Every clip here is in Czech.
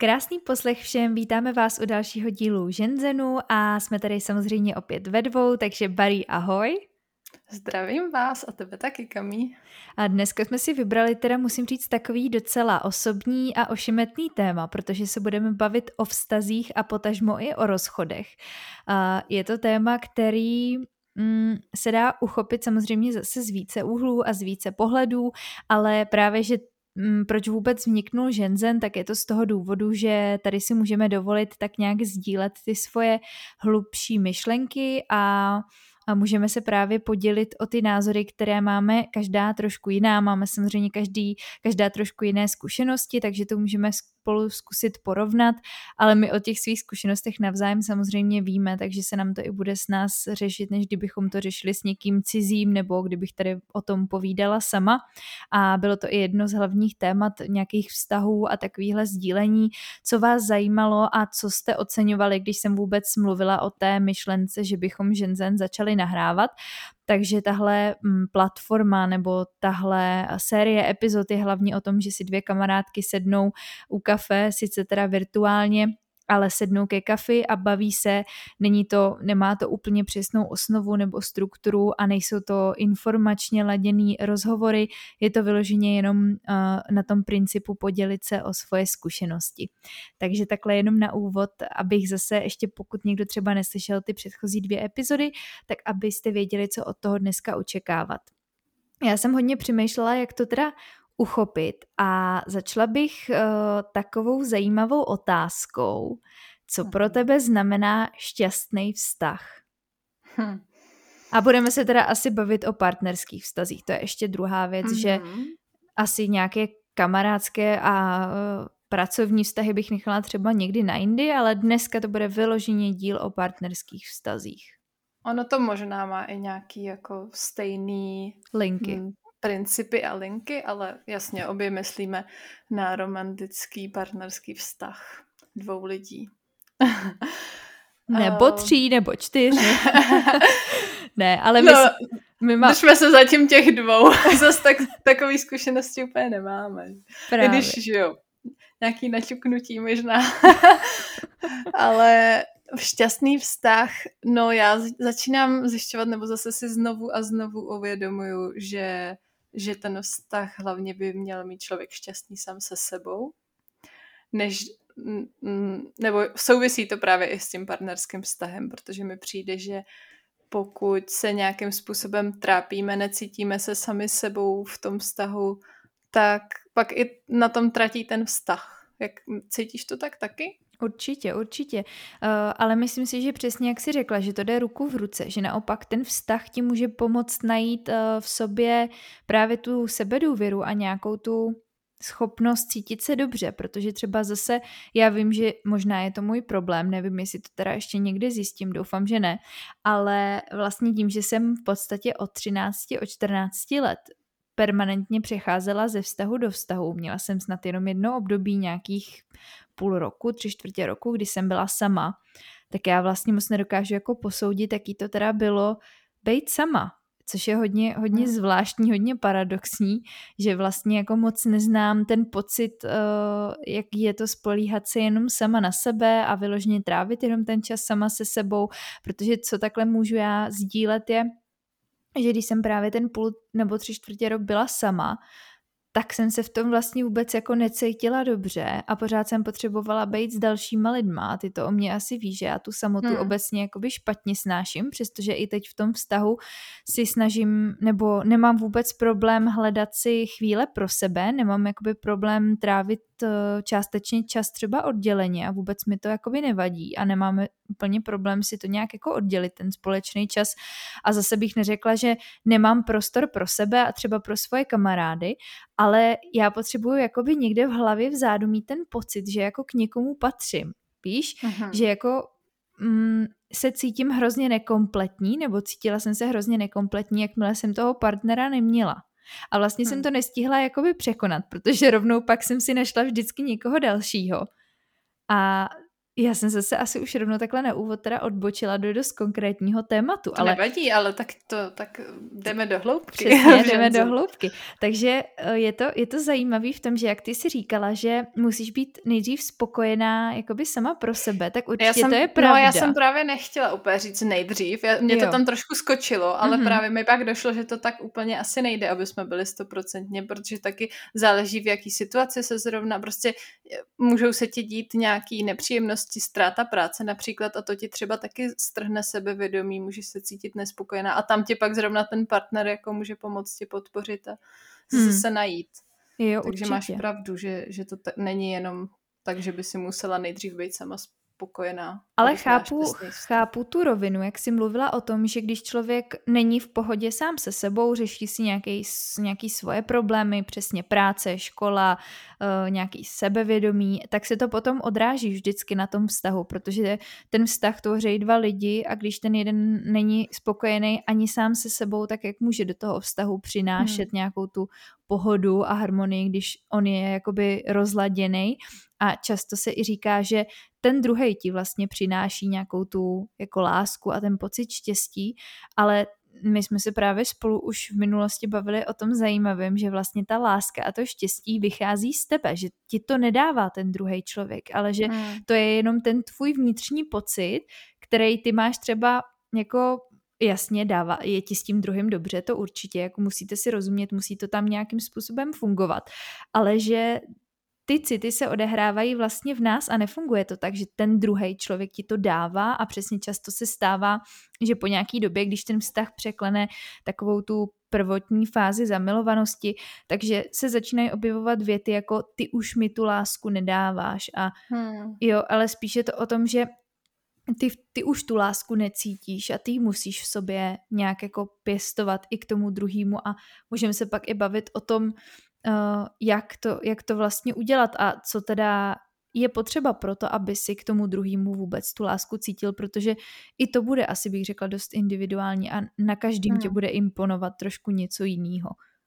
Krásný poslech všem, vítáme vás u dalšího dílu Ženzenu a jsme tady samozřejmě opět ve dvou, takže Bari, ahoj. Zdravím vás a tebe taky, Kamí. A dneska jsme si vybrali, musím říct, takový docela osobní a ošemetný téma, protože se budeme bavit o vztazích a potažmo i o rozchodech. Je to téma, který se dá uchopit samozřejmě zase z více úhlů a z více pohledů, ale právě, že proč vůbec vzniknul Ženzen, tak je to z toho důvodu, že tady si můžeme dovolit tak nějak sdílet ty svoje hlubší myšlenky a můžeme se právě podělit o ty názory, které máme každá trošku jiná. Máme samozřejmě každá trošku jiné zkušenosti, takže to můžeme spolu zkusit porovnat, ale my o těch svých zkušenostech navzájem samozřejmě víme, takže se nám to i bude s nás řešit, než kdybychom to řešili s někým cizím, nebo kdybych tady o tom povídala sama. A bylo to i jedno z hlavních témat nějakých vztahů a takovýchhle sdílení, co vás zajímalo a co jste oceňovali, když jsem vůbec mluvila o té myšlence, že bychom Ženzen začali nahrávat. Takže tahle platforma nebo tahle série epizod je hlavně o tom, že si dvě kamarádky sednou u kafe, sice teda virtuálně, ale sednou ke kafi a baví se, nemá to úplně přesnou osnovu nebo strukturu a nejsou to informačně laděný rozhovory, je to vyloženě jenom na tom principu podělit se o svoje zkušenosti. Takže takhle jenom na úvod, abych zase ještě pokud někdo třeba neslyšel ty předchozí 2 epizody, tak abyste věděli, co od toho dneska očekávat. Já jsem hodně přemýšlela, jak to teda uchopit a začala bych takovou zajímavou otázkou, co pro tebe znamená šťastný vztah. A budeme se teda asi bavit o partnerských vztazích, to je ještě druhá věc, že asi nějaké kamarádské a pracovní vztahy bych nechala třeba někdy na jindy, ale dneska to bude vyloženě díl o partnerských vztazích. Ono to možná má i nějaký jako stejný linky. Principy a linky, ale jasně obě myslíme na romantický partnerský vztah 2 lidí. Nebo 3, nebo 4. Ne, ale držme se zatím těch 2. Zase takový zkušenosti úplně nemáme. Právě. Když, že jo, nějaký naťuknutí možná. Ale šťastný vztah, no já začínám zjišťovat, nebo zase si znovu a znovu uvědomuju, že ten vztah hlavně by měl mít člověk šťastný sám se sebou, nebo souvisí to právě i s tím partnerským vztahem, protože mi přijde, že pokud se nějakým způsobem trápíme, necítíme se sami sebou v tom vztahu, tak pak i na tom tratí ten vztah. Cítíš to tak taky? Určitě. Ale myslím si, že přesně jak jsi řekla, že to jde ruku v ruce, že naopak ten vztah ti může pomoct najít v sobě právě tu sebedůvěru a nějakou tu schopnost cítit se dobře, protože třeba zase já vím, že možná je to můj problém, nevím, jestli to teda ještě někdy zjistím, doufám, že ne, ale vlastně tím, že jsem v podstatě od 14 let permanentně přecházela ze vztahu do vztahu, měla jsem snad jenom jedno období nějakých půl roku, 3/4 roku, kdy jsem byla sama, tak já vlastně moc nedokážu jako posoudit, jaký to teda bylo být sama, což je hodně zvláštní, hodně paradoxní, že vlastně jako moc neznám ten pocit, jaký je to spolíhat se jenom sama na sebe a vyloženě trávit jenom ten čas sama se sebou, protože co takhle můžu já sdílet je, že když jsem právě ten půl nebo 3/4 rok byla sama, tak jsem se v tom vlastně vůbec jako necítila dobře a pořád jsem potřebovala být s dalšíma lidma. Ty to o mě asi víš, že já tu samotu obecně jakoby špatně snáším, přestože i teď v tom vztahu si snažím, nebo nemám vůbec problém hledat si chvíle pro sebe, nemám jakoby problém trávit částečně čas třeba odděleně a vůbec mi to jakoby nevadí a nemáme úplně problém si to nějak jako oddělit, ten společný čas, a zase bych neřekla, že nemám prostor pro sebe a třeba pro svoje kamarády, ale já potřebuju jakoby někde v hlavě vzadu mít ten pocit, že jako k někomu patřím, víš, že jako se cítím hrozně nekompletní, nebo cítila jsem se hrozně nekompletní, jakmile jsem toho partnera neměla. A vlastně jsem to nestihla jakoby překonat, protože rovnou pak jsem si našla vždycky někoho dalšího. A Já jsem zase asi už rovnou takhle na úvod teda odbočila do dost konkrétního tématu, To nevadí, ale tak jdeme do hloubky. Přesně, jdeme do hloubky. Takže je to zajímavý v tom, že jak ty si říkala, že musíš být nejdřív spokojená jakoby sama pro sebe, tak určitě to je pravda. No, já jsem právě nechtěla úplně říct nejdřív, mě to tam trošku skočilo, ale právě mi pak došlo, že to tak úplně asi nejde, aby jsme byli 100%, protože taky záleží, v jaký situaci se zrovna, prostě můžou se ti dít nějaký nepříjemnosti, ztráta práce například a to ti třeba taky strhne sebevědomí, můžeš se cítit nespokojená a tam ti pak zrovna ten partner jako může pomoct ti podpořit a zase najít. Jo, takže určitě. máš pravdu, že to není jenom tak, že by si musela nejdřív být sama spokojená. Ale chápu tu rovinu, jak jsi mluvila o tom, že když člověk není v pohodě sám se sebou, řeší si nějaký svoje problémy, přesně práce, škola, nějaký sebevědomí, tak se to potom odráží vždycky na tom vztahu, protože ten vztah tvoří dva lidi a když ten jeden není spokojený ani sám se sebou, tak jak může do toho vztahu přinášet nějakou tu pohodu a harmonii, když on je jakoby rozladěný. A často se i říká, že ten druhej ti vlastně přináší nějakou tu jako lásku a ten pocit štěstí, ale my jsme se právě spolu už v minulosti bavili o tom zajímavém, že vlastně ta láska a to štěstí vychází z tebe, že ti to nedává ten druhej člověk, ale že to je jenom ten tvůj vnitřní pocit, který ty máš třeba jako jasně dává, je ti s tím druhým dobře, to určitě, jako musíte si rozumět, musí to tam nějakým způsobem fungovat, ale že ty city se odehrávají vlastně v nás a nefunguje to tak, že ten druhej člověk ti to dává a přesně často se stává, že po nějaký době, když ten vztah překlene takovou tu prvotní fázi zamilovanosti, takže se začínají objevovat věty jako ty už mi tu lásku nedáváš a jo, ale spíš je to o tom, že ty už tu lásku necítíš a ty musíš v sobě nějak jako pěstovat i k tomu druhému a můžeme se pak i bavit o tom, jak to vlastně udělat a co teda je potřeba pro to, aby si k tomu druhému vůbec tu lásku cítil, protože i to bude asi bych řekla dost individuální a na každým tě bude imponovat trošku něco jiného.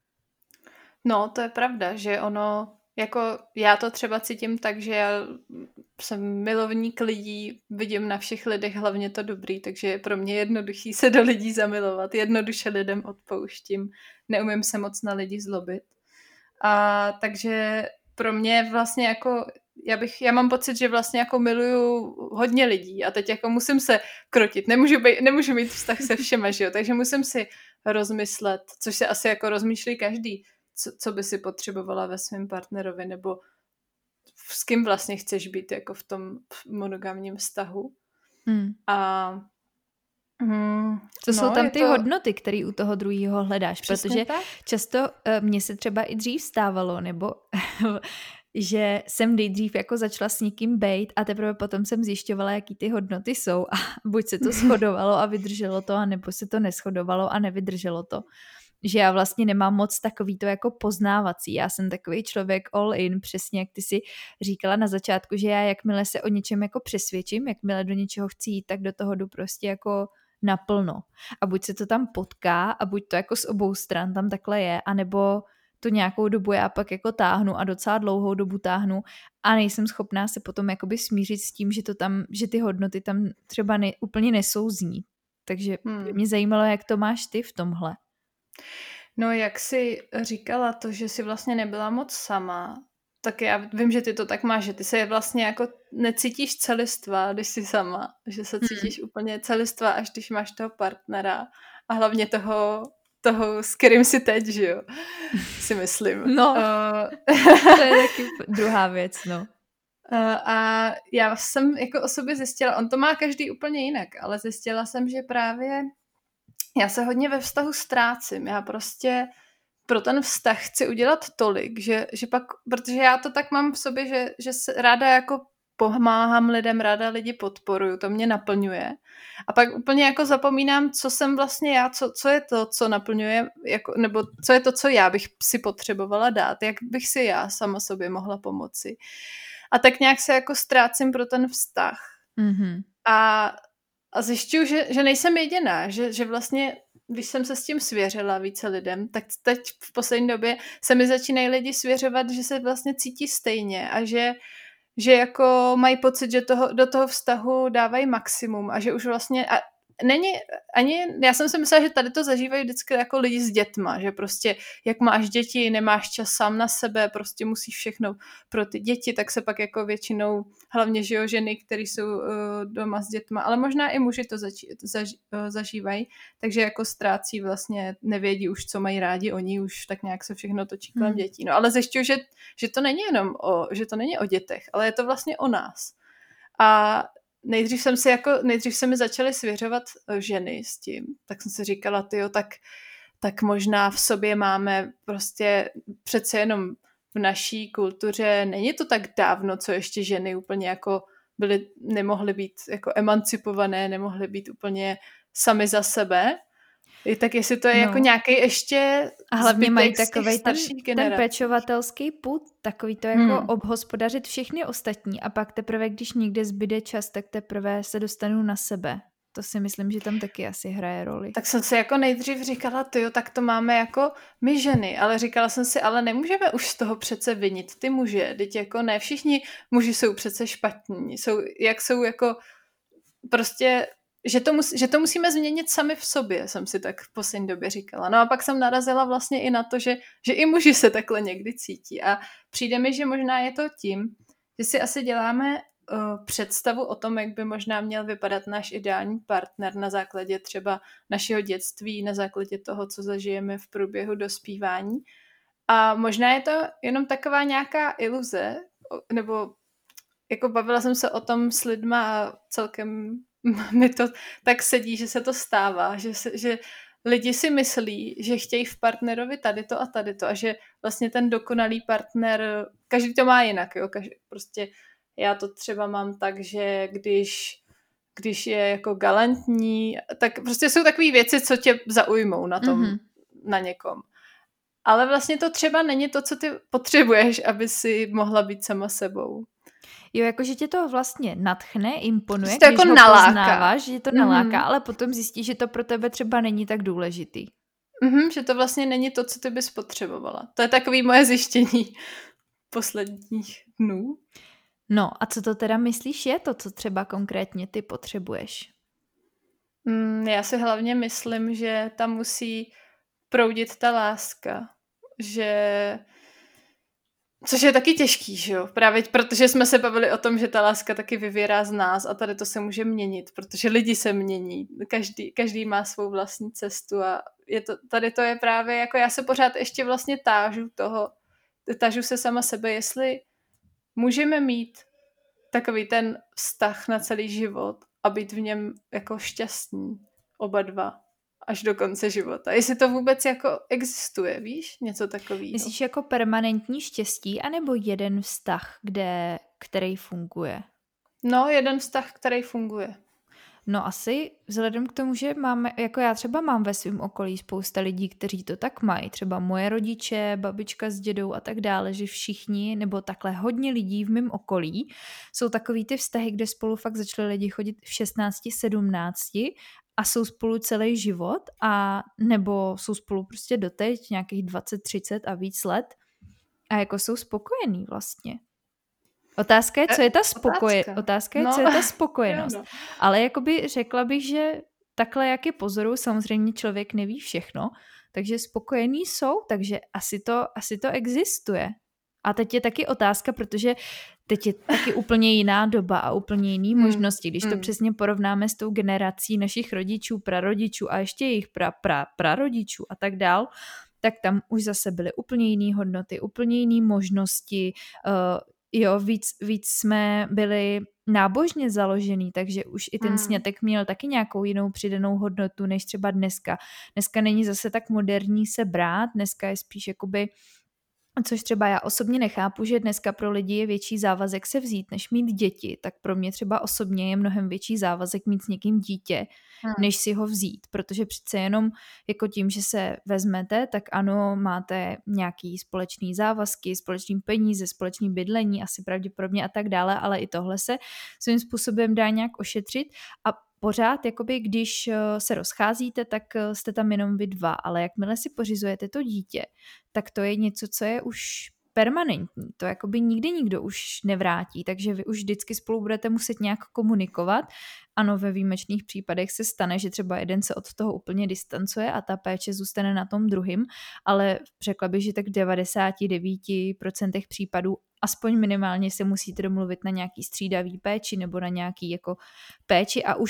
No, to je pravda, že ono, jako já to třeba cítím tak, že já jsem milovník lidí, vidím na všech lidech hlavně to dobrý, takže je pro mě jednoduchý se do lidí zamilovat, jednoduše lidem odpouštím, neumím se moc na lidi zlobit. A takže pro mě vlastně jako, já mám pocit, že vlastně jako miluju hodně lidí a teď jako musím se krotit, nemůžu mít vztah se všema, že jo, takže musím si rozmyslet, což se asi jako rozmýšlí každý, co by si potřebovala ve svém partnerovi, nebo s kým vlastně chceš být jako v tom monogamním vztahu. A to jsou tam ty hodnoty, které u toho druhého hledáš, přesně protože tak. často mně se třeba i dřív stávalo, nebo že jsem nejdřív jako začala s někým bejt a teprve potom jsem zjišťovala, jaký ty hodnoty jsou a buď se to shodovalo a vydrželo to, anebo se to neshodovalo a nevydrželo to. Že já vlastně nemám moc takový to jako poznávací. Já jsem takový člověk all in, přesně jak ty si říkala na začátku, že já jakmile se o něčem jako přesvědčím, jakmile do něčeho chci jít, tak do toho jdu prostě jako naplno. A buď se to tam potká a buď to jako z obou stran tam takhle je, anebo to nějakou dobu já pak jako táhnu a docela dlouhou dobu táhnu a nejsem schopná se potom jakoby smířit s tím, že ty hodnoty tam třeba úplně nesouzní. Takže mě zajímalo, jak to máš ty v tomhle. No, jak jsi říkala to, že jsi vlastně nebyla moc sama, tak já vím, že ty to tak máš, že ty se vlastně jako necítíš celistvá, když jsi sama, že se cítíš úplně celistvá, až když máš toho partnera a hlavně toho, s kterým jsi teď, že jo, si myslím. No, to je taky druhá věc, no. A já jsem jako o sobě zjistila, on to má každý úplně jinak, ale zjistila jsem, že právě já se hodně ve vztahu ztrácím. Já prostě pro ten vztah chci udělat tolik, že pak, protože já to tak mám v sobě, že se ráda jako pomáhám lidem, ráda lidi podporuju, to mě naplňuje. A pak úplně jako zapomínám, co jsem vlastně já, co je to, co naplňuje, jako, nebo co je to, co já bych si potřebovala dát, jak bych si já sama sobě mohla pomoci. A tak nějak se jako ztrácím pro ten vztah. A zjišťuju, že nejsem jediná, že vlastně, když jsem se s tím svěřila více lidem, tak teď v poslední době se mi začínají lidi svěřovat, že se vlastně cítí stejně a že že jako mají pocit, že do toho vztahu dávají maximum a že už vlastně není ani, já jsem si myslela, že tady to zažívají vždycky jako lidi s dětma, že prostě jak máš děti, nemáš čas sám na sebe, prostě musíš všechno pro ty děti, tak se pak jako většinou, hlavně že jo, ženy, které jsou doma s dětma, ale možná i muži to zažívají, takže jako ztrácí vlastně, nevědí už, co mají rádi oni, už tak nějak se všechno točí kolem dětí. No ale zjišťuju, že to není jenom že to není o dětech, ale je to vlastně o nás. A nejdřív se mi začaly svěřovat ženy s tím, tak jsem si říkala, tyjo, tak možná v sobě máme prostě přece jenom v naší kultuře, není to tak dávno, co ještě ženy úplně jako nemohly být jako emancipované, nemohly být úplně sami za sebe. Tak jestli to je jako nějaký ještě a hlavně mají takovej ten pečovatelský pud, takový to jako obhospodařit všechny ostatní a pak teprve, když někde zbyde čas, tak teprve se dostanou na sebe. To si myslím, že tam taky asi hraje roli. Tak jsem si jako nejdřív říkala, tyjo, tak to máme jako my ženy, ale říkala jsem si, ale nemůžeme už z toho přece vinit ty muže, teď jako ne všichni muži jsou přece špatní, jsou jako prostě, že to musíme změnit sami v sobě, jsem si tak v poslední době říkala. No a pak jsem narazila vlastně i na to, že i muži se takhle někdy cítí a přijde mi, že možná je to tím, že si asi děláme představu o tom, jak by možná měl vypadat náš ideální partner na základě třeba našeho dětství, na základě toho, co zažijeme v průběhu dospívání. A možná je to jenom taková nějaká iluze, nebo jako bavila jsem se o tom s lidma a celkem mi to tak sedí, že se to stává, že lidi si myslí, že chtějí v partnerovi tady to a že vlastně ten dokonalý partner, každý to má jinak, jo, prostě já to třeba mám tak, že když je jako galantní, tak prostě jsou takové věci, co tě zaujmou na tom, na někom. Ale vlastně to třeba není to, co ty potřebuješ, aby si mohla být sama sebou. Jo, jakože tě to vlastně nadchne, imponuje, když jako ho poznáváš, že to naláká, ale potom zjistíš, že to pro tebe třeba není tak důležitý. Že to vlastně není to, co ty bys potřebovala. To je takový moje zjištění posledních dnů. No a co to teda myslíš je to, co třeba konkrétně ty potřebuješ? Já si hlavně myslím, že tam musí proudit ta láska, což je taky těžký, že jo? Právě protože jsme se bavili o tom, že ta láska taky vyvěrá z nás a tady to se může měnit, protože lidi se mění, každý má svou vlastní cestu a tady to je právě, jako já se pořád ještě vlastně tážu se sama sebe, jestli můžeme mít takový ten vztah na celý život a být v něm jako šťastní, oba dva, až do konce života. Jestli to vůbec jako existuje, víš? Něco takového. Myslíš jako permanentní štěstí, anebo jeden vztah, který funguje? No, jeden vztah, který funguje. No asi vzhledem k tomu, že máme, jako já třeba mám ve svém okolí spousta lidí, kteří to tak mají, třeba moje rodiče, babička s dědou a tak dále, že všichni, nebo takhle hodně lidí v mém okolí jsou takový ty vztahy, kde spolu fakt začali lidi chodit v 16, 17 a jsou spolu celý život a nebo jsou spolu prostě doteď nějakých 20, 30 a víc let a jako jsou spokojení vlastně. Otázka je, co je ta spokojenost. Ale jakoby řekla bych, že takhle, jak je pozoruju, samozřejmě člověk neví všechno, takže spokojení jsou, takže asi to existuje. A teď je taky otázka, protože teď je taky úplně jiná doba a úplně jiný možnosti. Když to přesně porovnáme s tou generací našich rodičů, prarodičů a ještě jejich prarodičů a tak dál, tak tam už zase byly úplně jiné hodnoty, úplně jiné možnosti. Jo, víc jsme byli nábožně založený, takže už i ten sňatek měl taky nějakou jinou přidanou hodnotu, než třeba dneska. Dneska není zase tak moderní se brát, dneska je spíš jakoby, což třeba já osobně nechápu, že dneska pro lidi je větší závazek se vzít, než mít děti, tak pro mě třeba osobně je mnohem větší závazek mít s někým dítě, než si ho vzít, protože přece jenom jako tím, že se vezmete, tak ano, máte nějaký společný závazky, společný peníze, společný bydlení, asi pravděpodobně a tak dále, ale i tohle se svým způsobem dá nějak ošetřit a pořád, jakoby, když se rozcházíte, tak jste tam jenom vy dva, ale jakmile si pořizujete to dítě, tak to je něco, co je už permanentní. To jakoby nikdy nikdo už nevrátí, takže vy už vždycky spolu budete muset nějak komunikovat. Ano, ve výjimečných případech se stane, že třeba jeden se od toho úplně distancuje a ta péče zůstane na tom druhým, ale řekla bych, že tak v 99% případů aspoň minimálně se musíte domluvit na nějaký střídavý péči nebo na nějaký jako péči a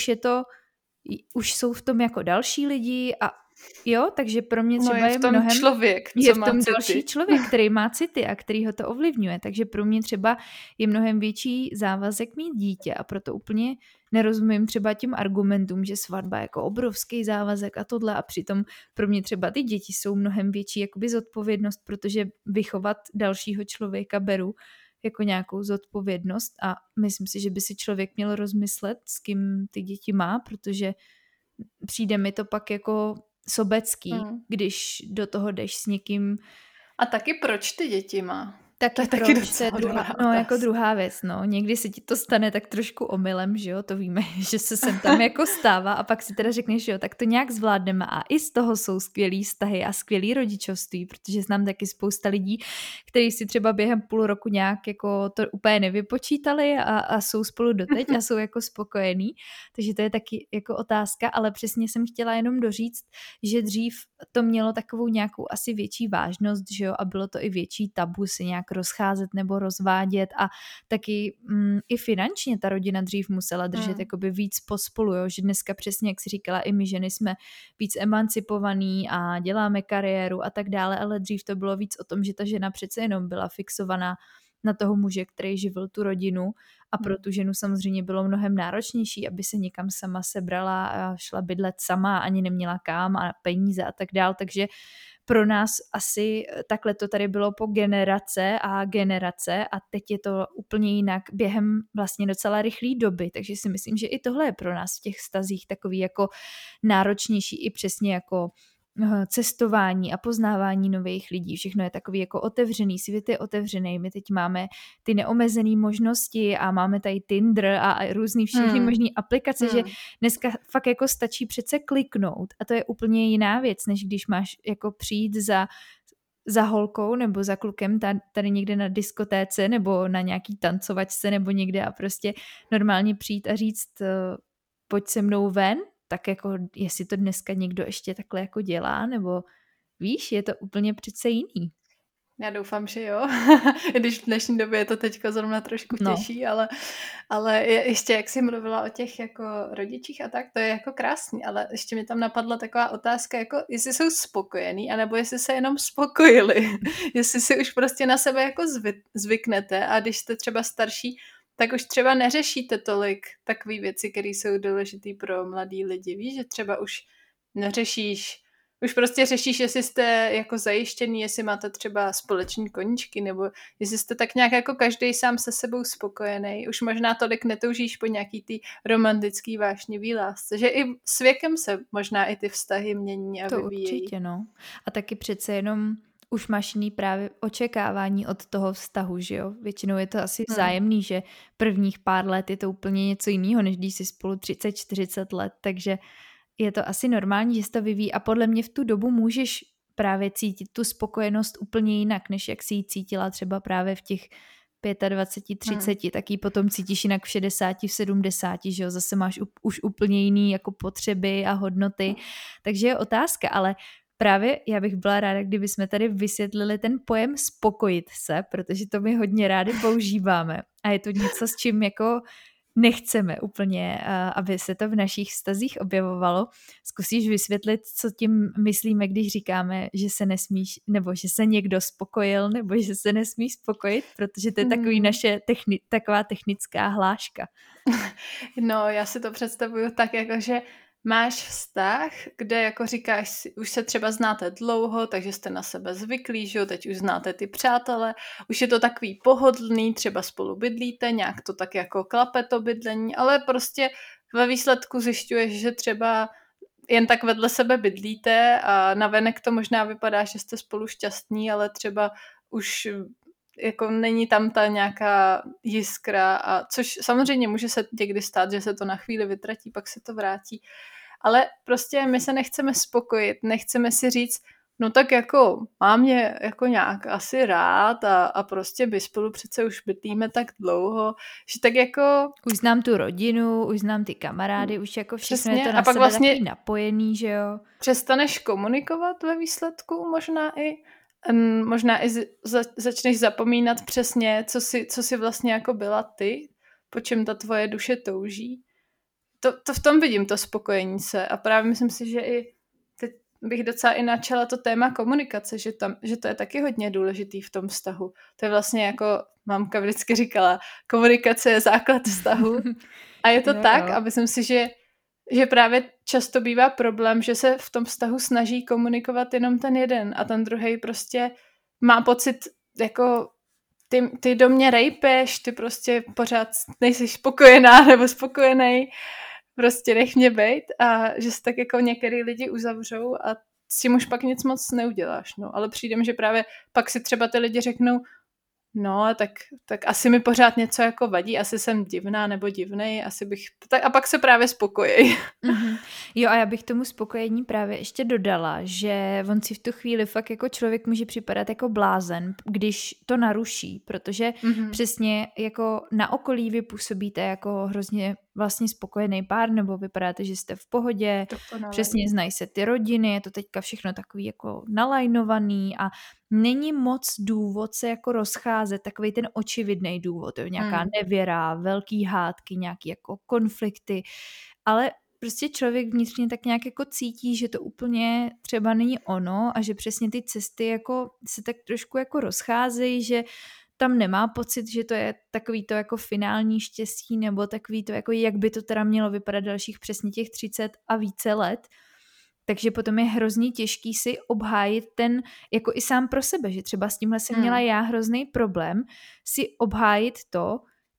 už jsou v tom jako další lidi a jo, takže pro mě třeba je v tom mnohem člověk, co je v má tom city. další člověk, který má city a který ho to ovlivňuje, takže pro mě třeba je mnohem větší závazek mít dítě a proto úplně nerozumím třeba tím argumentům, že svatba je jako obrovský závazek a tohle a přitom pro mě třeba ty děti jsou mnohem větší jakoby zodpovědnost, protože vychovat dalšího člověka beru jako nějakou zodpovědnost a myslím si, že by si člověk měl rozmyslet, s kým ty děti má, protože přijde mi to pak jako sobecký, když do toho jdeš s někým. A taky proč ty děti má? Taky to je proč, taky jako druhá věc, no. Někdy se ti to stane tak trošku omylem, že jo, to víme, že se sem tam jako stává a pak si teda řekneš, že jo, tak to nějak zvládneme a i z toho jsou skvělý vztahy a skvělý rodičovství, protože znám taky spousta lidí, kteří si třeba během půl roku nějak jako to úplně nevypočítali a jsou spolu doteď a jsou jako spokojení, takže to je taky jako otázka, ale přesně jsem chtěla jenom doříct, že dřív to mělo takovou nějakou asi větší vážnost, že jo, a bylo to i větší tabu se nějak rozcházet nebo rozvádět a taky i finančně ta rodina dřív musela držet jakoby víc pospolu, jo? Že dneska přesně, jak jsi říkala, i my ženy jsme víc emancipovaný a děláme kariéru a tak dále, ale dřív to bylo víc o tom, že ta žena přece jenom byla fixovaná na toho muže, který živil tu rodinu a pro tu ženu samozřejmě bylo mnohem náročnější, aby se někam sama sebrala a šla bydlet sama, ani neměla kam a peníze a tak dál, takže pro nás asi takhle to tady bylo po generace a teď je to úplně jinak během vlastně docela rychlé doby, takže si myslím, že i tohle je pro nás v těch vztazích takový jako náročnější i přesně jako cestování a poznávání nových lidí. Všechno je takový jako otevřený, svět je otevřený. My teď máme ty neomezené možnosti a máme tady Tinder a různý všechny možný aplikace, že dneska fakt jako stačí přece kliknout a to je úplně jiná věc, než když máš jako přijít za holkou nebo za klukem tady někde na diskotéce nebo na nějaký tancovačce nebo někde a prostě normálně přijít a říct pojď se mnou ven, tak jako jestli to dneska někdo ještě takhle jako dělá, nebo víš, je to úplně přece jiný. Já doufám, že jo, když v dnešní době je to teďka zrovna trošku těžší, ale ještě jak jsi mluvila o těch jako rodičích a tak, to je jako krásný, ale ještě mi tam napadla taková otázka, jako jestli jsou spokojení, anebo jestli se jenom spokojili, jestli si už prostě na sebe jako zvyknete a když jste třeba starší, tak už třeba neřešíte tolik takové věci, které jsou důležité pro mladý lidi. Víš, že třeba už neřešíš, už prostě řešíš, jestli jste jako zajištěný, jestli máte třeba společní koníčky, nebo jestli jste tak nějak jako každý sám se sebou spokojený. Už možná tolik netoužíš po nějaký ty romantický vášnivý lásce, že i s věkem se možná i ty vztahy mění a vyvíjejí. To určitě, no. A taky přece jenom už máš jiný právě očekávání od toho vztahu, že jo? Většinou je to asi vzájemný, že prvních pár let je to úplně něco jiného, než když jsi spolu 30-40 let, takže je to asi normální, že se to vyvíjí a podle mě v tu dobu můžeš právě cítit tu spokojenost úplně jinak, než jak si ji cítila třeba právě v těch 25, 30, tak ji potom cítíš jinak v 60, v 70, že jo, zase máš už úplně jiný jako potřeby a hodnoty, takže je otázka, ale právě já bych byla ráda, kdyby jsme tady vysvětlili ten pojem spokojit se, protože to my hodně rádi používáme a je to něco, s čím jako nechceme úplně, aby se to v našich vztazích objevovalo. Zkusíš vysvětlit, co tím myslíme, když říkáme, že se nesmíš, nebo že se někdo spokojil, nebo že se nesmí spokojit, protože to je takový naše taková technická hláška. No, já si to představuju tak, jako že máš vztah, kde jako říkáš, už se třeba znáte dlouho, takže jste na sebe zvyklí, že jo, teď už znáte ty přátele, už je to takový pohodlný, třeba spolu bydlíte, nějak to tak jako klape to bydlení, ale prostě ve výsledku zjišťuješ, že třeba jen tak vedle sebe bydlíte a navenek to možná vypadá, že jste spolu šťastní, ale třeba už jako není tam ta nějaká jiskra, a což samozřejmě může se někdy stát, že se to na chvíli vytratí, pak se to vrátí. Ale prostě my se nechceme spokojit, nechceme si říct, no tak jako má mě jako nějak asi rád a prostě my spolu přece už bydlíme tak dlouho, že tak jako... Už znám tu rodinu, už znám ty kamarády, už jako všechno Přesně, je to a na pak sebe vlastně takový napojený, že jo. přestaneš komunikovat ve výsledku možná i začneš zapomínat přesně, co si vlastně jako byla ty, po čem ta tvoje duše touží. To v tom vidím to spokojení se a právě myslím si, že i teď bych docela i načala to téma komunikace, že to je taky hodně důležitý v tom vztahu. To je vlastně jako mamka vždycky říkala, komunikace je základ vztahu a je to Jo, tak jo. a myslím si, že právě často bývá problém, že se v tom vztahu snaží komunikovat jenom ten jeden a ten druhej prostě má pocit jako ty do mě rejpeš, ty prostě pořád nejsi spokojená nebo spokojenej, prostě nech mě bejt a že se tak jako některý lidi uzavřou a s tím už pak nic moc neuděláš, no, ale přijde, že právě pak si třeba ty lidi řeknou, no, tak asi mi pořád něco jako vadí, asi jsem divná nebo divnej, asi bych... A pak se právě spokojí. Mm-hmm. Jo, a já bych tomu spokojení právě ještě dodala, že on si v tu chvíli fakt jako člověk může připadat jako blázen, když to naruší, protože přesně jako na okolí vy působíte jako hrozně vlastně spokojený pár, nebo vypadáte, že jste v pohodě, přesně znají se ty rodiny, je to teďka všechno takový jako nalajnovaný a není moc důvod se jako rozcházet, takovej ten očividný důvod, jo, nějaká nevěra, velký hádky, nějaký jako konflikty, ale prostě člověk vnitřně tak nějak jako cítí, že to úplně třeba není ono a že přesně ty cesty jako se tak trošku jako rozcházejí, že tam nemá pocit, že to je takový to jako finální štěstí nebo takový to jako jak by to teda mělo vypadat dalších přesně těch 30 a více let. Takže potom je hrozně těžký si obhájit ten, jako i sám pro sebe, že třeba s tímhle jsem měla já hrozný problém si obhájit to,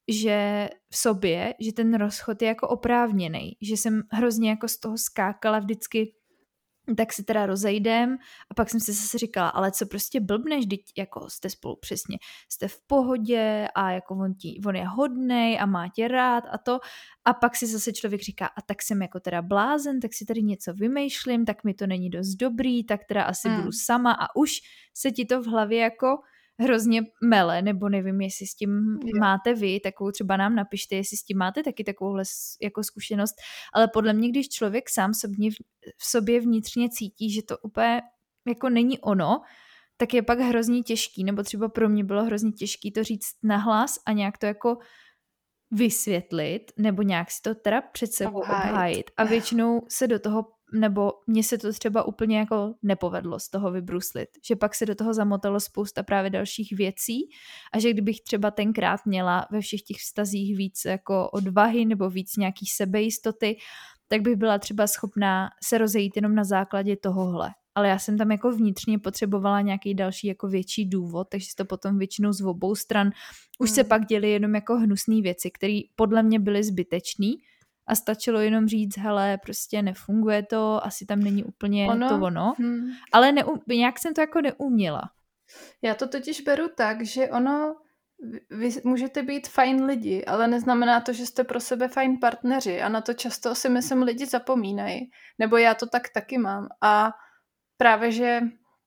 že v sobě, že ten rozchod je jako oprávněný, že jsem hrozně jako z toho skákala vždycky, tak se teda rozejdem a pak jsem si zase říkala, ale co prostě blbneš, teď jako jste spolu přesně, jste v pohodě a jako on je hodnej a má tě rád a to a pak si zase člověk říká, a tak jsem jako teda blázen, tak si tady něco vymýšlím, tak mi to není dost dobrý, tak teda asi budu sama a už se ti to v hlavě jako hrozně mele, nebo nevím, jestli s tím máte vy, takovou třeba nám napište, jestli s tím máte taky takovouhle jako zkušenost, ale podle mě, když člověk sám v sobě vnitřně cítí, že to úplně jako není ono, tak je pak hrozně těžký, nebo třeba pro mě bylo hrozně těžký to říct nahlas a nějak to jako vysvětlit, nebo nějak si to teda před sebou obhájit. A většinou se do toho, nebo mně se to třeba úplně jako nepovedlo z toho vybruslit, že pak se do toho zamotalo spousta právě dalších věcí a že kdybych třeba tenkrát měla ve všech těch vztazích víc jako odvahy nebo víc nějaký sebejistoty, tak bych byla třeba schopná se rozejít jenom na základě tohohle. Ale já jsem tam jako vnitřně potřebovala nějaký další jako větší důvod, takže se to potom většinou z obou stran už se pak děly jenom jako hnusné věci, které podle mě byly zbytečný a stačilo jenom říct, hele, prostě nefunguje to, asi tam není úplně ono. Ale nějak jsem to jako neuměla. Já to totiž beru tak, že vy můžete být fajn lidi, ale neznamená to, že jste pro sebe fajn partneři a na to často si myslím lidi zapomínají. Nebo já to tak taky mám. A právě, že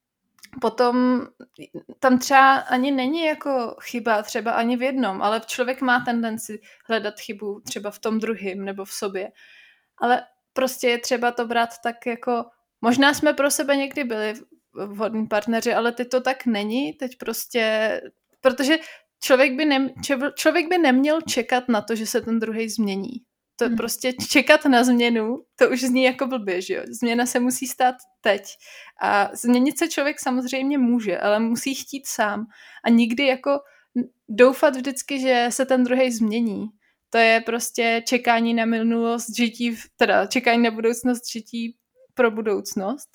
potom tam třeba ani není jako chyba třeba ani v jednom, ale člověk má tendenci hledat chybu třeba v tom druhém nebo v sobě. Ale prostě je třeba to brát tak jako, možná jsme pro sebe někdy byli vhodní partneři, ale teď to tak není, teď prostě, protože člověk by neměl čekat na to, že se ten druhej změní. To prostě čekat na změnu, to už zní jako blbě, že jo? Změna se musí stát teď. A změnit se člověk samozřejmě může, ale musí chtít sám. A nikdy jako doufat vždycky, že se ten druhej změní. To je prostě čekání na minulost, čekání na budoucnost, žití pro budoucnost.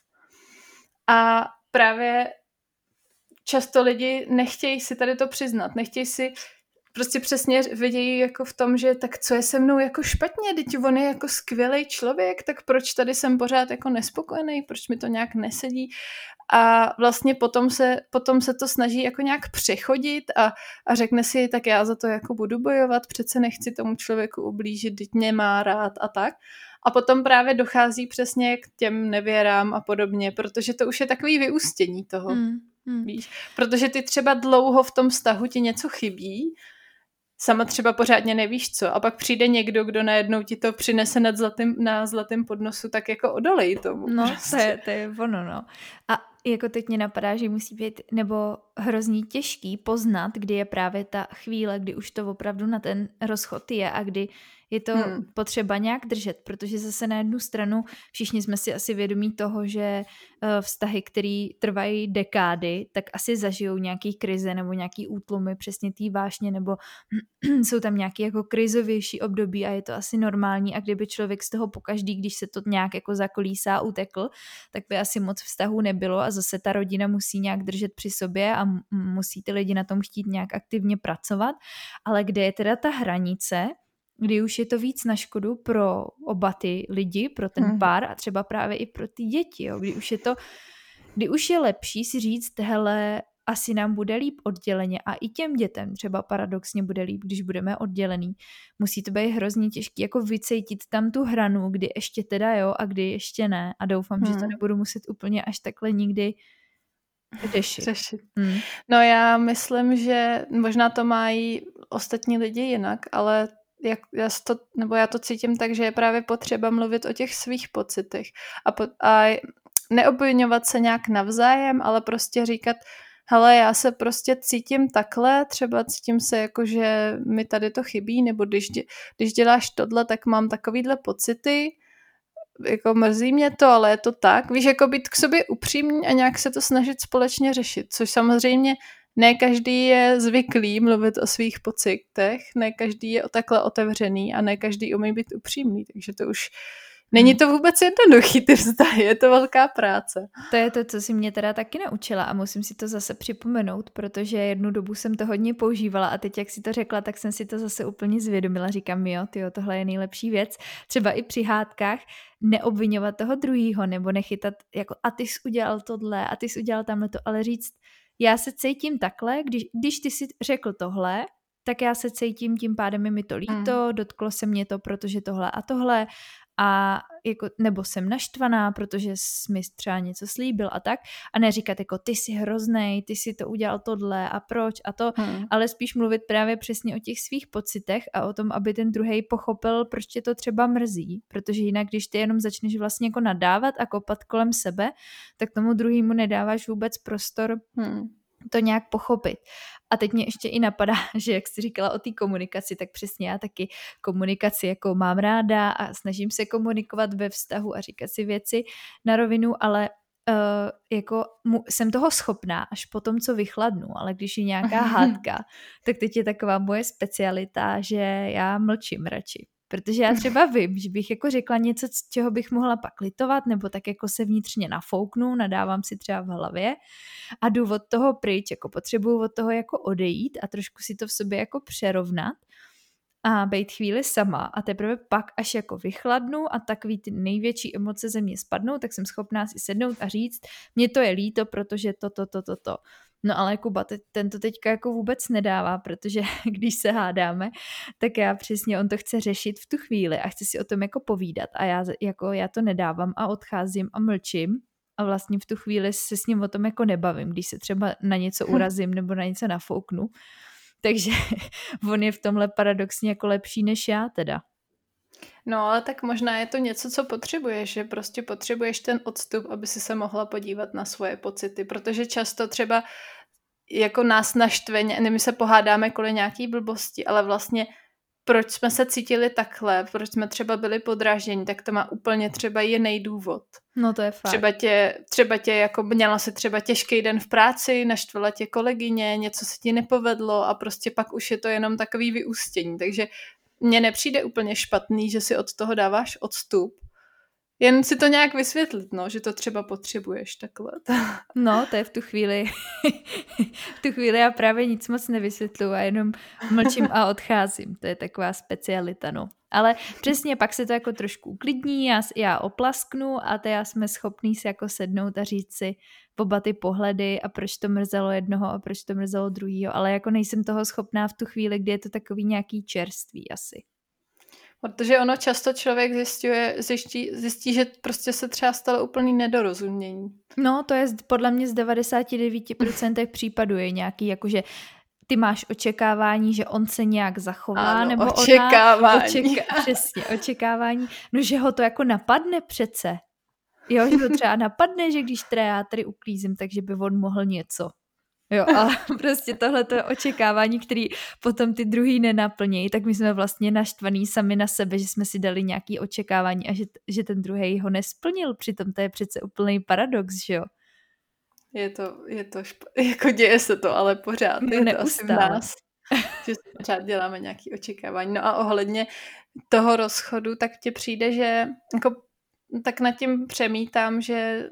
A právě často lidi nechtějí si tady to přiznat, nechtějí si prostě přesně vidějí jako v tom, že tak co je se mnou jako špatně, teď on je jako skvělý člověk, tak proč tady jsem pořád jako nespokojený, proč mi to nějak nesedí a vlastně potom se to snaží jako nějak přechodit a řekne si, tak já za to jako budu bojovat, přece nechci tomu člověku ublížit, teď mě má rád a tak. a potom právě dochází přesně k těm nevěrám a podobně, protože to už je takový vyústění toho, víš. Protože ty třeba dlouho v tom vztahu ti něco chybí, sama třeba pořádně nevíš co, a pak přijde někdo, kdo najednou ti to přinese na zlatém podnosu, tak jako odolej tomu. No, prostě. to je ono, no. A jako teď mě napadá, že musí být nebo hrozně těžký poznat, kdy je právě ta chvíle, kdy už to opravdu na ten rozchod je a kdy je to potřeba nějak držet, protože zase na jednu stranu všichni jsme si asi vědomí toho, že vztahy, které trvají dekády, tak asi zažijou nějaký krize nebo nějaký útlumy přesně té vášně, nebo jsou tam nějaké jako krizovější období a je to asi normální, a kdyby člověk z toho pokaždý, když se to nějak jako zakolísá, utekl, tak by asi moc vztahů nebylo a zase ta rodina musí nějak držet při sobě a musí ty lidi na tom chtít nějak aktivně pracovat, ale kde je teda ta hranice, kdy už je to víc na škodu pro oba ty lidi, pro ten pár a třeba právě i pro ty děti, jo? Kdy už je lepší si říct, hele, asi nám bude líp odděleně a i těm dětem třeba paradoxně bude líp, když budeme oddělený. Musí to být hrozně těžký jako vycejtit tam tu hranu, kdy ještě teda jo a kdy ještě ne, a doufám, že to nebudu muset úplně až takhle nikdy řešit. No já myslím, že možná to mají ostatní lidi jinak, ale já to cítím tak, že je právě potřeba mluvit o těch svých pocitech a neobviňovat se nějak navzájem, ale prostě říkat, hele, já se prostě cítím takhle, třeba cítím se jako, že mi tady to chybí, nebo když děláš tohle, tak mám takovýhle pocity, jako mrzí mě to, ale je to tak. Víš, jako být k sobě upřímný a nějak se to snažit společně řešit, což samozřejmě ne každý je zvyklý mluvit o svých pocitech, ne každý je takhle otevřený a ne každý umí být upřímný, takže to už není to vůbec jednoduchý, ty vztahy, je to velká práce. To je to, co si mě teda taky naučila a musím si to zase připomenout, protože jednu dobu jsem to hodně používala a teď, jak si to řekla, tak jsem si to zase úplně zvědomila. Říkám, jo, tohle je nejlepší věc. Třeba i při hádkách neobvinovat toho druhýho nebo nechytat jako a ty jsi udělal tohle a ty jsi udělal tamhleto, ale říct, já se cítím takhle, když ty si řekl tohle, tak já se cítím, tím pádem je mi to líto, dotklo se mě to, protože tohle a tohle, a jako, nebo jsem naštvaná, protože jsi mi třeba něco slíbil a tak, a neříkat jako ty jsi hroznej, ty jsi to udělal tohle a proč a to, ale spíš mluvit právě přesně o těch svých pocitech a o tom, aby ten druhej pochopil, proč tě to třeba mrzí, protože jinak, když ty jenom začneš vlastně jako nadávat a kopat kolem sebe, tak tomu druhému nedáváš vůbec prostor to nějak pochopit. A teď mě ještě i napadá, že jak jsi říkala o té komunikaci, tak přesně já taky komunikaci jako mám ráda a snažím se komunikovat ve vztahu a říkat si věci na rovinu, ale jako jsem toho schopná až po tom, co vychladnu, ale když je nějaká hádka, tak teď je taková moje specialita, že já mlčím radši. Protože já třeba vím, že bych jako řekla něco, z čeho bych mohla pak litovat, nebo tak jako se vnitřně nafouknu, nadávám si třeba v hlavě a jdu od toho pryč, jako potřebuju od toho jako odejít a trošku si to v sobě jako přerovnat a být chvíli sama a teprve pak, až jako vychladnu a takový ty největší emoce ze mě spadnou, tak jsem schopná si sednout a říct, mně to je líto, protože to. No ale Kuba, ten to teďka jako vůbec nedává, protože když se hádáme, tak já přesně, on to chce řešit v tu chvíli a chce si o tom jako povídat a já to nedávám a odcházím a mlčím a vlastně v tu chvíli se s ním o tom jako nebavím, když se třeba na něco urazím nebo na něco nafouknu. Takže on je v tomhle paradoxně jako lepší než já teda. No ale tak možná je to něco, co potřebuješ, že prostě potřebuješ ten odstup, aby si se mohla podívat na svoje pocity, protože často třeba jako nás naštve, my se pohádáme kvůli nějaký blbosti, ale vlastně proč jsme se cítili takhle, proč jsme třeba byli podrážděni, tak to má úplně třeba jiný důvod. No to je fakt. Třeba tě jako měla si třeba těžký den v práci, naštvala tě kolegyně, něco se ti nepovedlo a prostě pak už je to jenom takový vyústění, takže mně nepřijde úplně špatný, že si od toho dáváš odstup. Jen si to nějak vysvětlit, no, že to třeba potřebuješ takhle. No, to je v tu chvíli já právě nic moc nevysvětluju a jenom mlčím a odcházím. To je taková specialita, no. Ale přesně pak se to jako trošku uklidní, já oplasknu a já jsme schopní si jako sednout a říct si oba ty pohledy a proč to mrzelo jednoho a proč to mrzelo druhýho, ale jako nejsem toho schopná v tu chvíli, kdy je to takový nějaký čerství asi. Protože ono často člověk zjistí, že prostě se třeba stalo úplný nedorozumění. No, to je podle mě z 99% případů je nějaký, jakože ty máš očekávání, že on se nějak zachová, Ano, nebo očekávání. Přesně, očekávání. No, že ho to jako napadne přece. Jo, že ho třeba napadne, že když teda já tady uklízím, takže by on mohl něco. Jo, a prostě tohleto je očekávání, který potom ty druhý nenaplnějí, tak my jsme vlastně naštvaný sami na sebe, že jsme si dali nějaké očekávání a že ten druhý ho nesplnil. Přitom to je přece úplný paradox, že jo? Jako děje se to, ale pořád No, je to asi v nás, že pořád děláme nějaké očekávání. No a ohledně toho rozchodu, tak ti přijde, že jako, tak nad tím přemítám, že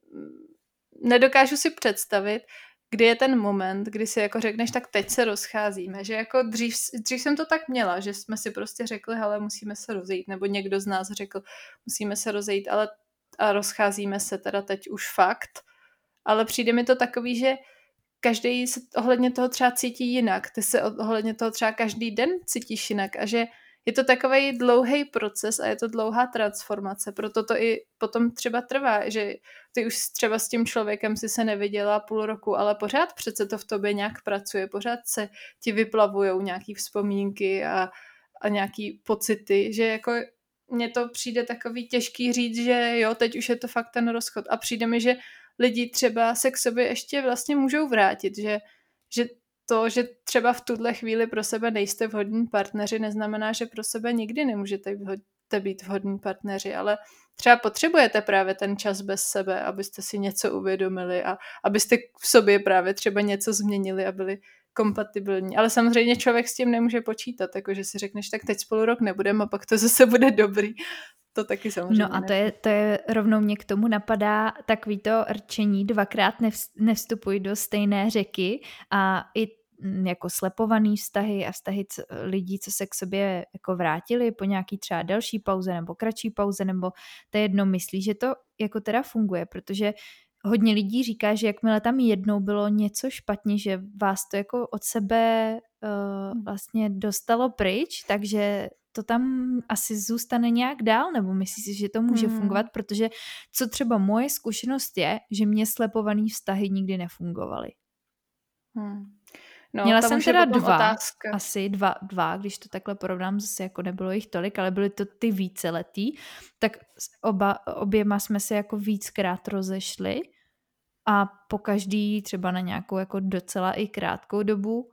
nedokážu si představit, kdy je ten moment, kdy si jako řekneš, tak teď se rozcházíme, že jako dřív jsem to tak měla, že jsme si prostě řekli, hele, musíme se rozejít, nebo někdo z nás řekl, musíme se rozejít, ale a rozcházíme se teda teď už fakt, ale přijde mi to takový, že každý se ohledně toho třeba cítí jinak, ty se ohledně toho třeba každý den cítíš jinak a že je to takovej dlouhý proces a je to dlouhá transformace, proto to i potom třeba trvá, že ty už třeba s tím člověkem si se neviděla půl roku, ale pořád přece to v tobě nějak pracuje, pořád se ti vyplavujou nějaký vzpomínky a nějaký pocity, že jako mně to přijde takový těžký říct, že jo, teď už je to fakt ten rozchod a přijde mi, že lidi třeba se k sobě ještě vlastně můžou vrátit, že to, že třeba v tuhle chvíli pro sebe nejste vhodní partneři, neznamená, že pro sebe nikdy nemůžete být vhodní partneři, ale třeba potřebujete právě ten čas bez sebe, abyste si něco uvědomili a abyste v sobě právě třeba něco změnili a byli kompatibilní. Ale samozřejmě člověk s tím nemůže počítat, jakože si řekneš, tak teď spolu rok nebudeme a pak to zase bude dobrý. To taky samozřejmě. No a to je rovnou mě k tomu napadá takový to rčení, dvakrát nevstupuj do stejné řeky a i jako slepovaný vztahy a vztahy lidí, co se k sobě jako vrátili po nějaký třeba delší pauze nebo kratší pauze, nebo to jedno myslí, že to jako teda funguje, protože hodně lidí říká, že jakmile tam jednou bylo něco špatně, že vás to jako od sebe vlastně dostalo pryč, takže to tam asi zůstane nějak dál, nebo myslíš si, že to může fungovat, protože co třeba moje zkušenost je, že mě slepovaný vztahy nikdy nefungovaly. No, měla jsem teda asi dva, když to takhle porovnám, zase jako nebylo jich tolik, ale byly to ty víceletý, tak oběma jsme se jako víckrát rozešli a po každý třeba na nějakou jako docela i krátkou dobu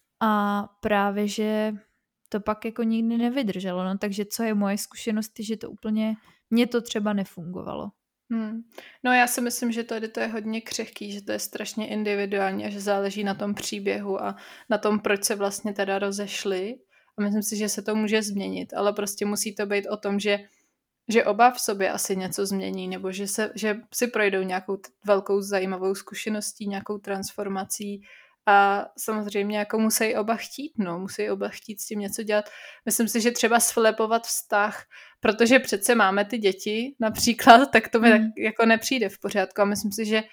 a právě, že to pak jako nikdy nevydrželo, no takže co je moje zkušenost, že to úplně, mně to třeba nefungovalo. No já si myslím, že tady to je hodně křehký, že to je strašně individuální a že záleží na tom příběhu a na tom, proč se vlastně teda rozešli a myslím si, že se to může změnit, ale prostě musí to být o tom, že oba v sobě asi něco změní nebo že si projdou nějakou velkou zajímavou zkušeností, nějakou transformací a samozřejmě jako musí oba chtít s tím něco dělat. Myslím si, že třeba sflepovat vztah, protože přece máme ty děti například, tak to mi tak jako nepřijde v pořádku a myslím si, že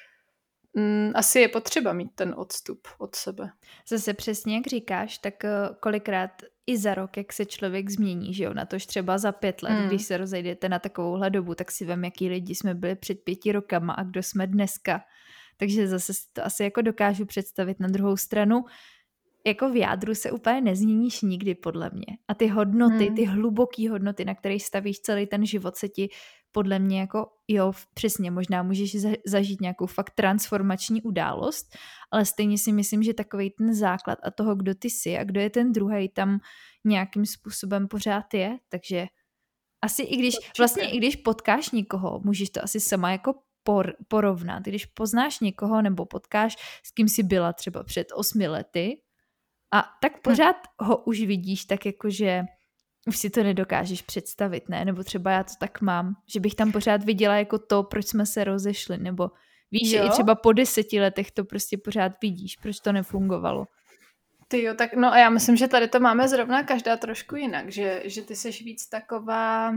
asi je potřeba mít ten odstup od sebe. Zase přesně jak říkáš, tak kolikrát i za rok, jak se člověk změní, že jo, na tož třeba za 5 let, když se rozejdete na takovouhle dobu, tak si vem, jaký lidi jsme byli před 5 rokama a kdo jsme dneska. Takže zase si to asi jako dokážu představit. Na druhou stranu, jako v jádru se úplně nezměníš nikdy, podle mě. A ty hodnoty, ty hluboký hodnoty, na kterých stavíš celý ten život, se ti podle mě jako, jo, přesně, možná můžeš zažít nějakou fakt transformační událost, ale stejně si myslím, že takovej ten základ a toho, kdo ty jsi a kdo je ten druhej, tam nějakým způsobem pořád je, takže asi i když potkáš někoho, můžeš to asi sama jako porovnat. Když poznáš někoho nebo potkáš, s kým jsi byla třeba před 8 lety a tak pořád ho už vidíš tak jako, že už si to nedokážeš představit, ne? Nebo třeba já to tak mám, že bych tam pořád viděla jako to, proč jsme se rozešli, nebo víš, že i třeba po 10 letech to prostě pořád vidíš, proč to nefungovalo. Tyjo, tak no a já myslím, že tady to máme zrovna každá trošku jinak, že ty seš víc taková,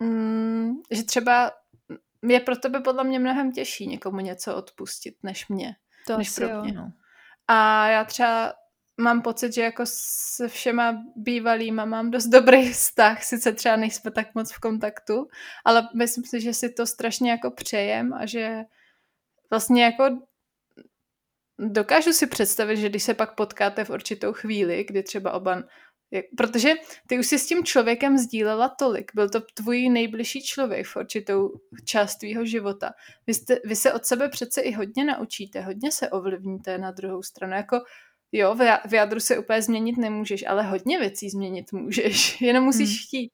že třeba je pro tebe podle mě mnohem těžší někomu něco odpustit, než mě. To než asi pro jo, mě. no. A já třeba mám pocit, že jako se všema bývalýma mám dost dobrý vztah, sice třeba nejsme tak moc v kontaktu, ale myslím si, že si to strašně jako přejem a že vlastně jako dokážu si představit, že když se pak potkáte v určitou chvíli, kdy třeba oba, protože ty už si s tím člověkem sdílela tolik, byl to tvůj nejbližší člověk v určitou část tvýho života. Vy se od sebe přece i hodně naučíte, hodně se ovlivníte na druhou stranu, jako jo, v jádru se úplně změnit nemůžeš, ale hodně věcí změnit můžeš, jenom musíš chtít.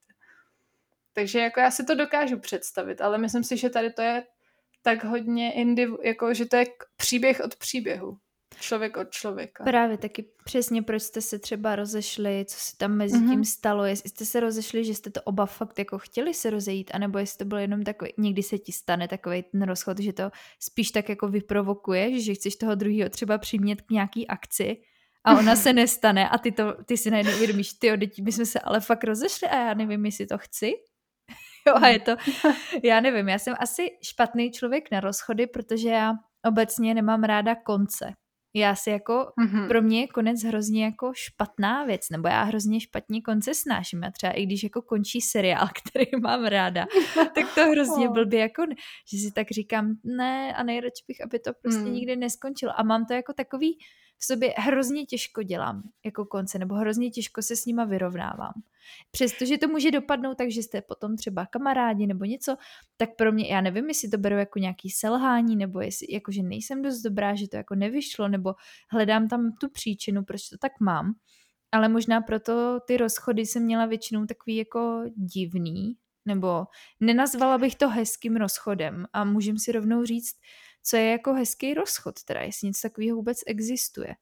Takže jako já si to dokážu představit, ale myslím si, že tady to je tak hodně jako že to je příběh od příběhu. Člověk od člověka. Právě taky přesně, proč jste se třeba rozešli, co se tam mezi tím stalo, jestli jste se rozešli, že jste to oba fakt jako chtěli se rozejít, anebo jestli to bylo jenom takový, někdy se ti stane takový ten rozchod, že to spíš tak jako vyprovokuje, že chceš toho druhého třeba přimět k nějaký akci a ona se nestane a ty si najednou uvědomíš, my jsme se ale fakt rozešli a já nevím, jestli to chci. Jo, a je to, já nevím, já jsem asi špatný člověk na rozchody, protože já obecně nemám ráda konce. Já si jako, pro mě je konec hrozně jako špatná věc, nebo já hrozně špatně konce snáším. A třeba i když jako končí seriál, který mám ráda, tak to hrozně blbě jako, že si tak říkám, ne a nejradši bych, aby to prostě nikdy neskončilo. A mám to jako takový v sobě hrozně těžko dělám jako konce, nebo hrozně těžko se s nima vyrovnávám. Přestože to může dopadnout tak, že jste potom třeba kamarádi nebo něco, tak pro mě, já nevím, jestli to beru jako nějaký selhání, nebo jestli jako, že nejsem dost dobrá, že to jako nevyšlo, nebo hledám tam tu příčinu, proč to tak mám. Ale možná proto ty rozchody jsem měla většinou takový jako divný, nebo nenazvala bych to hezkým rozchodem a můžem si rovnou říct, co je jako hezký rozchod, teda jestli něco takového vůbec existuje.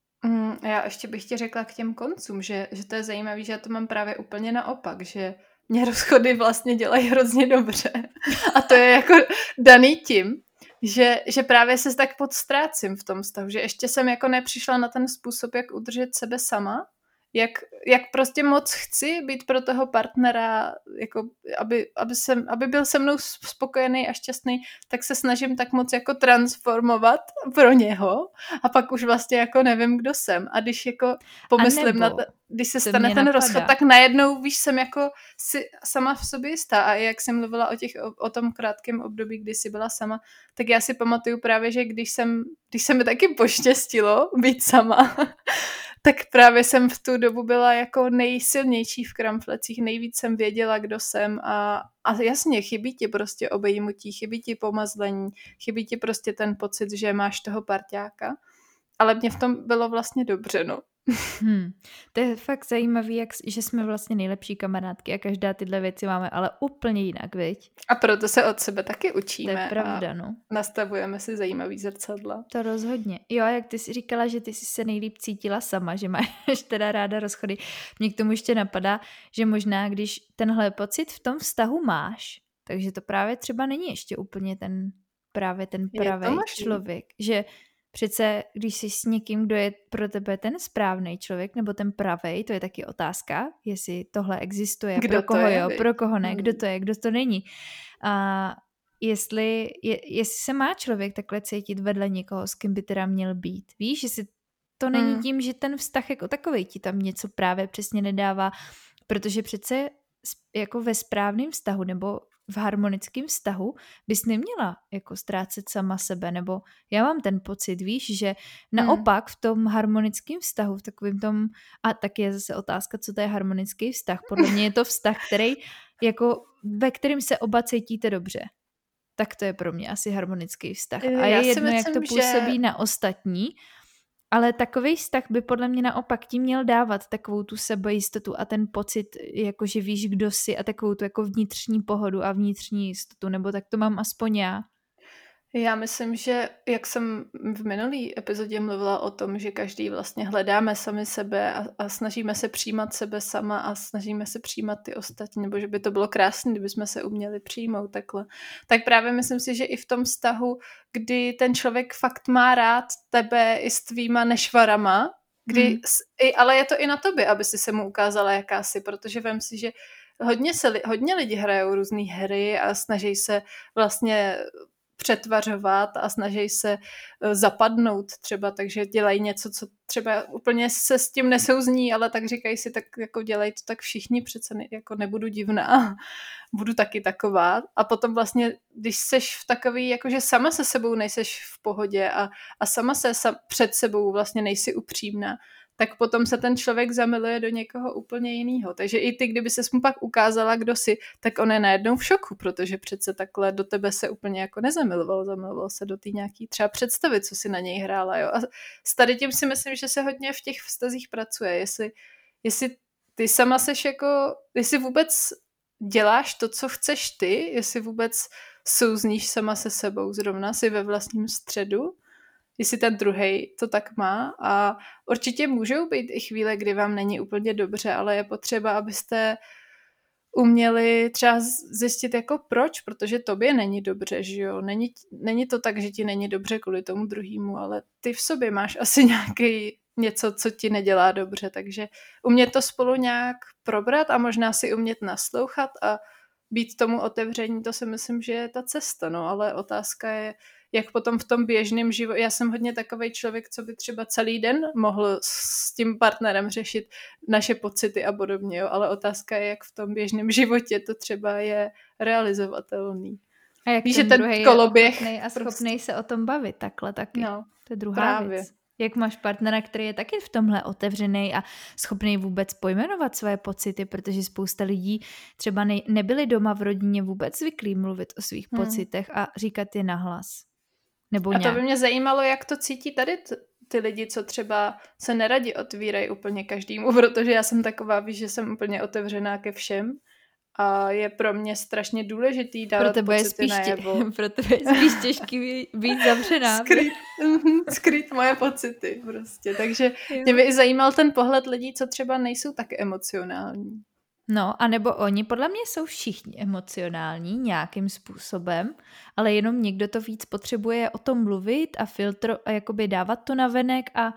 Já ještě bych ti řekla k těm koncům, že to je zajímavé, že já to mám právě úplně naopak, že mě rozchody vlastně dělají hrozně dobře. A to je jako daný tím, že právě se tak podstrácím v tom vztahu, že ještě jsem jako nepřišla na ten způsob, jak udržet sebe sama, jak prostě moc chci být pro toho partnera, jako aby byl se mnou spokojený a šťastný, tak se snažím tak moc jako transformovat pro něho a pak už vlastně jako nevím, kdo jsem. A když jako pomyslím když se stane ten rozchod, tak najednou, víš, jsem jako si sama v sobě jistá. A jak jsem mluvila o tom krátkém období, kdy jsi byla sama, tak já si pamatuju právě, že když se mi taky poštěstilo být sama, tak právě jsem v tu dobu byla jako nejsilnější v kramflecích, nejvíc jsem věděla, kdo jsem a jasně, chybí ti prostě obejmutí, chybí ti pomazlení, chybí ti prostě ten pocit, že máš toho parťáka, ale mě v tom bylo vlastně dobře, no. To je fakt zajímavý, že jsme vlastně nejlepší kamarádky a každá tyhle věci máme ale úplně jinak, viď? A proto se od sebe taky učíme. To je pravda, no. Nastavujeme si zajímavý zrcadla. To rozhodně. Jo, jak ty jsi říkala, že ty jsi se nejlíp cítila sama, že máš teda ráda rozchody. Mě k tomu ještě napadá, že možná, když tenhle pocit v tom vztahu máš, takže to právě třeba není ještě úplně ten pravý člověk. Že přece, když jsi s někým, kdo je pro tebe ten správný člověk, nebo ten pravej, to je taky otázka, jestli tohle existuje, kdo pro koho jo, pro koho ne, kdo to je, kdo to není. A jestli se má člověk takhle cítit vedle někoho, s kým by teda měl být. Víš, jestli to není tím, že ten vztah jako takovej ti tam něco právě přesně nedává, protože přece jako ve správném vztahu nebo v harmonickém vztahu bys neměla jako ztrácet sama sebe, nebo já mám ten pocit, víš, že naopak v tom harmonickém vztahu, v takovém tom, a taky je zase otázka, co to je harmonický vztah. Podle mě je to vztah, ve kterém se oba cítíte dobře. Tak to je pro mě asi harmonický vztah. A je jedno, jak to působí na ostatní, ale takovej vztah by podle mě naopak ti měl dávat takovou tu sebejistotu a ten pocit, jako že víš, kdo jsi a takovou tu jako vnitřní pohodu a vnitřní jistotu, nebo tak to mám aspoň já. Já myslím, že jak jsem v minulý epizodě mluvila o tom, že každý vlastně hledáme sami sebe a snažíme se přijímat sebe sama a snažíme se přijímat ty ostatní, nebo že by to bylo krásné, kdybychom se uměli přijmout takhle. Tak právě myslím si, že i v tom vztahu, kdy ten člověk fakt má rád tebe i s tvýma nešvarama, ale je to i na tobě, aby si se mu ukázala, jaká jsi, protože vem si, že hodně lidi hrajou různý hry a snaží se vlastně přetvařovat a snaží se zapadnout třeba, takže dělají něco, co třeba úplně se s tím nesouzní, ale tak říkají si, tak jako dělají to tak všichni, přece jako nebudu divná, budu taky taková. A potom vlastně, když seš v takový, jakože sama se sebou nejseš v pohodě a sama se před sebou vlastně nejsi upřímná, tak potom se ten člověk zamiluje do někoho úplně jiného. Takže i ty, kdyby ses mu pak ukázala, kdo jsi, tak on je najednou v šoku, protože přece takhle do tebe se úplně jako zamiloval se do té nějaký třeba představy, co si na něj hrála. Jo? A s tady tím si myslím, že se hodně v těch vztazích pracuje. Jestli ty sama seš jako, jestli vůbec děláš to, co chceš ty, jestli vůbec souzníš sama se sebou, zrovna si ve vlastním středu, jestli ten druhej to tak má a určitě můžou být i chvíle, kdy vám není úplně dobře, ale je potřeba, abyste uměli třeba zjistit jako proč, protože tobě není dobře, že jo? Není to tak, že ti není dobře kvůli tomu druhému, ale ty v sobě máš asi nějaký něco, co ti nedělá dobře, takže umět to spolu nějak probrat a možná si umět naslouchat a být tomu otevření, to si myslím, že je ta cesta, no, ale otázka je, jak potom v tom běžném životě, já jsem hodně takovej člověk, co by třeba celý den mohl s tím partnerem řešit naše pocity a podobně, jo, ale otázka je, jak v tom běžném životě to třeba je realizovatelný. A jak víš, ten že ten druhej koloběh je a schopnej prostě se o tom bavit takhle taky. No, to je druhá právě. věc. Jak máš partnera, který je taky v tomhle otevřený a schopný vůbec pojmenovat své pocity, protože spousta lidí třeba nebyli doma v rodině vůbec zvyklí mluvit o svých pocitech a říkat je nahlas. Nebo a to by mě zajímalo, jak to cítí tady ty lidi, co třeba se neradi otvírají úplně každému, protože já jsem taková, víš, že jsem úplně otevřená ke všem a je pro mě strašně důležitý dávat pocity najevo. Pro tebe je spíš těžký být zavřená. Skrýt moje pocity prostě. Takže mě by i zajímal ten pohled lidí, co třeba nejsou tak emocionální. No, anebo oni podle mě jsou všichni emocionální nějakým způsobem, ale jenom někdo to víc potřebuje o tom mluvit a jakoby dávat to navenek a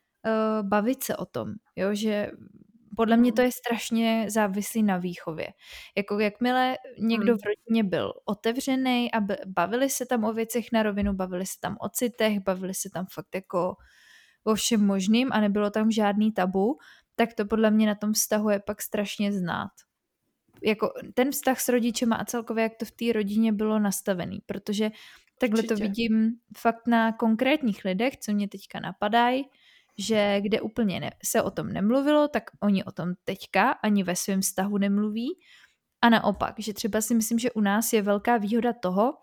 bavit se o tom, jo, že podle mě to je strašně závislý na výchově. Jako jakmile někdo v rodině byl otevřený a bavili se tam o věcech na rovinu, bavili se tam o citech, bavili se tam fakt jako o všem možným a nebylo tam žádný tabu, tak to podle mě na tom vztahu je pak strašně znát. Jako ten vztah s rodičema a celkově jak to v té rodině bylo nastavený, protože takhle určitě to vidím fakt na konkrétních lidech, co mě teďka napadají, že kde úplně se o tom nemluvilo, tak oni o tom teďka ani ve svém vztahu nemluví a naopak, že třeba si myslím, že u nás je velká výhoda toho,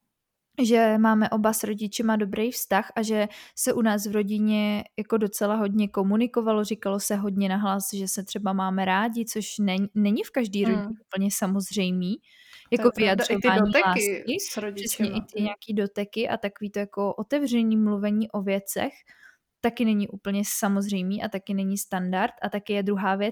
že máme oba s rodičema dobrý vztah a že se u nás v rodině jako docela hodně komunikovalo, říkalo se hodně nahlas, že se třeba máme rádi, což není v každý rodině úplně samozřejmý. Jako vyjadřování lásky, přesně i ty nějaký doteky a takový to jako otevření mluvení o věcech, taky není úplně samozřejmý a taky není standard a taky je druhá věc,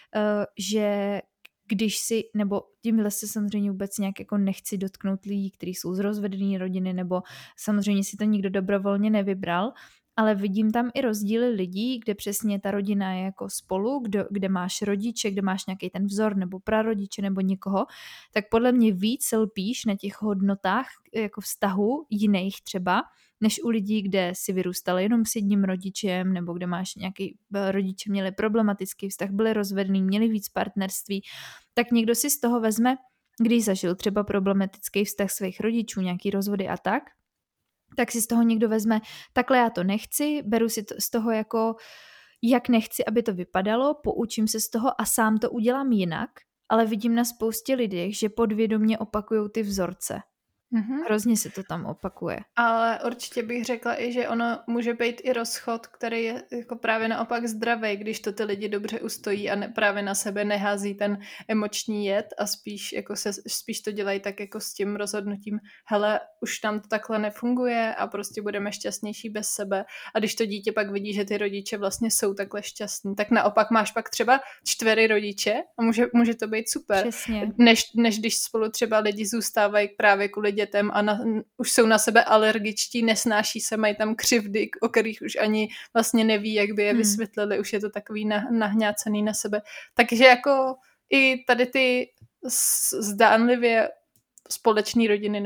že když si, nebo tímhle se samozřejmě vůbec nějak jako nechci dotknout lidí, kteří jsou z rozvedené rodiny, nebo samozřejmě si to nikdo dobrovolně nevybral, ale vidím tam i rozdíly lidí, kde přesně ta rodina je jako spolu, kde máš rodiče, kde máš nějaký ten vzor, nebo prarodiče, nebo někoho, tak podle mě víc lpíš na těch hodnotách jako vztahu jiných třeba, než u lidí, kde si vyrůstal jenom s jedním rodičem, nebo kde máš nějaký rodiče měli problematický vztah, byli rozvedný, měli víc partnerství, tak někdo si z toho vezme, když zažil třeba problematický vztah svých rodičů, nějaký rozvody a tak si z toho někdo vezme, takhle já to nechci, beru si to z toho jako, jak nechci, aby to vypadalo, poučím se z toho a sám to udělám jinak, ale vidím na spoustě lidí, že podvědomě opakujou ty vzorce. Hrozně se to tam opakuje. Ale určitě bych řekla i, že ono může být i rozchod, který je jako právě naopak zdravý, když to ty lidi dobře ustojí a právě na sebe nehází ten emoční jed a spíš to dělají tak jako s tím rozhodnutím, hele, už nám to takhle nefunguje a prostě budeme šťastnější bez sebe. A když to dítě pak vidí, že ty rodiče vlastně jsou takhle šťastní, tak naopak máš pak třeba 4 rodiče a může to být super. Přesně. Než když spolu třeba lidi zůstávají právě kvůli dětem a už jsou na sebe alergičtí, nesnáší se, mají tam křivdy, o kterých už ani vlastně neví, jak by je vysvětlili, už je to takový nahňácený na sebe. Takže jako i tady ty zdánlivě společné rodiny nebo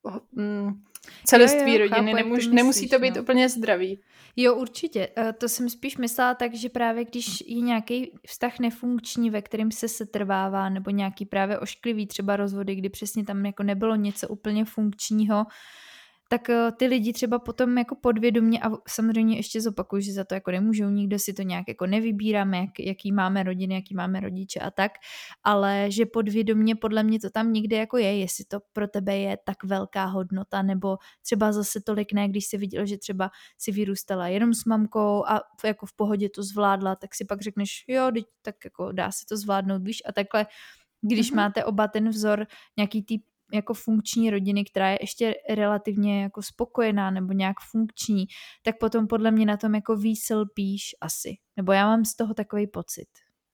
celiství Jo, rodiny. chápu, jak to Nemusí to myslíš, být no. úplně zdravý. Jo, určitě. To jsem spíš myslela tak, že právě když je nějaký vztah nefunkční, ve kterým se setrvává, nebo nějaký právě ošklivý třeba rozvody, kdy přesně tam jako nebylo něco úplně funkčního, tak ty lidi třeba potom jako podvědomě, a samozřejmě ještě zopakuju, že za to jako nemůžou, nikdo si to nějak jako nevybíráme, jaký máme rodiny, jaký máme rodiče a tak, ale že podvědomě podle mě to tam někde jako je, jestli to pro tebe je tak velká hodnota, nebo třeba zase tolik ne, když jsi viděl, že třeba si vyrůstala jenom s mamkou a jako v pohodě to zvládla, tak si pak řekneš, jo, tak jako dá se to zvládnout, víš, a takhle, když máte oba ten vzor nějaký tý jako funkční rodiny, která je ještě relativně jako spokojená nebo nějak funkční, tak potom podle mě na tom jako víc lpíš asi. Nebo já mám z toho takový pocit.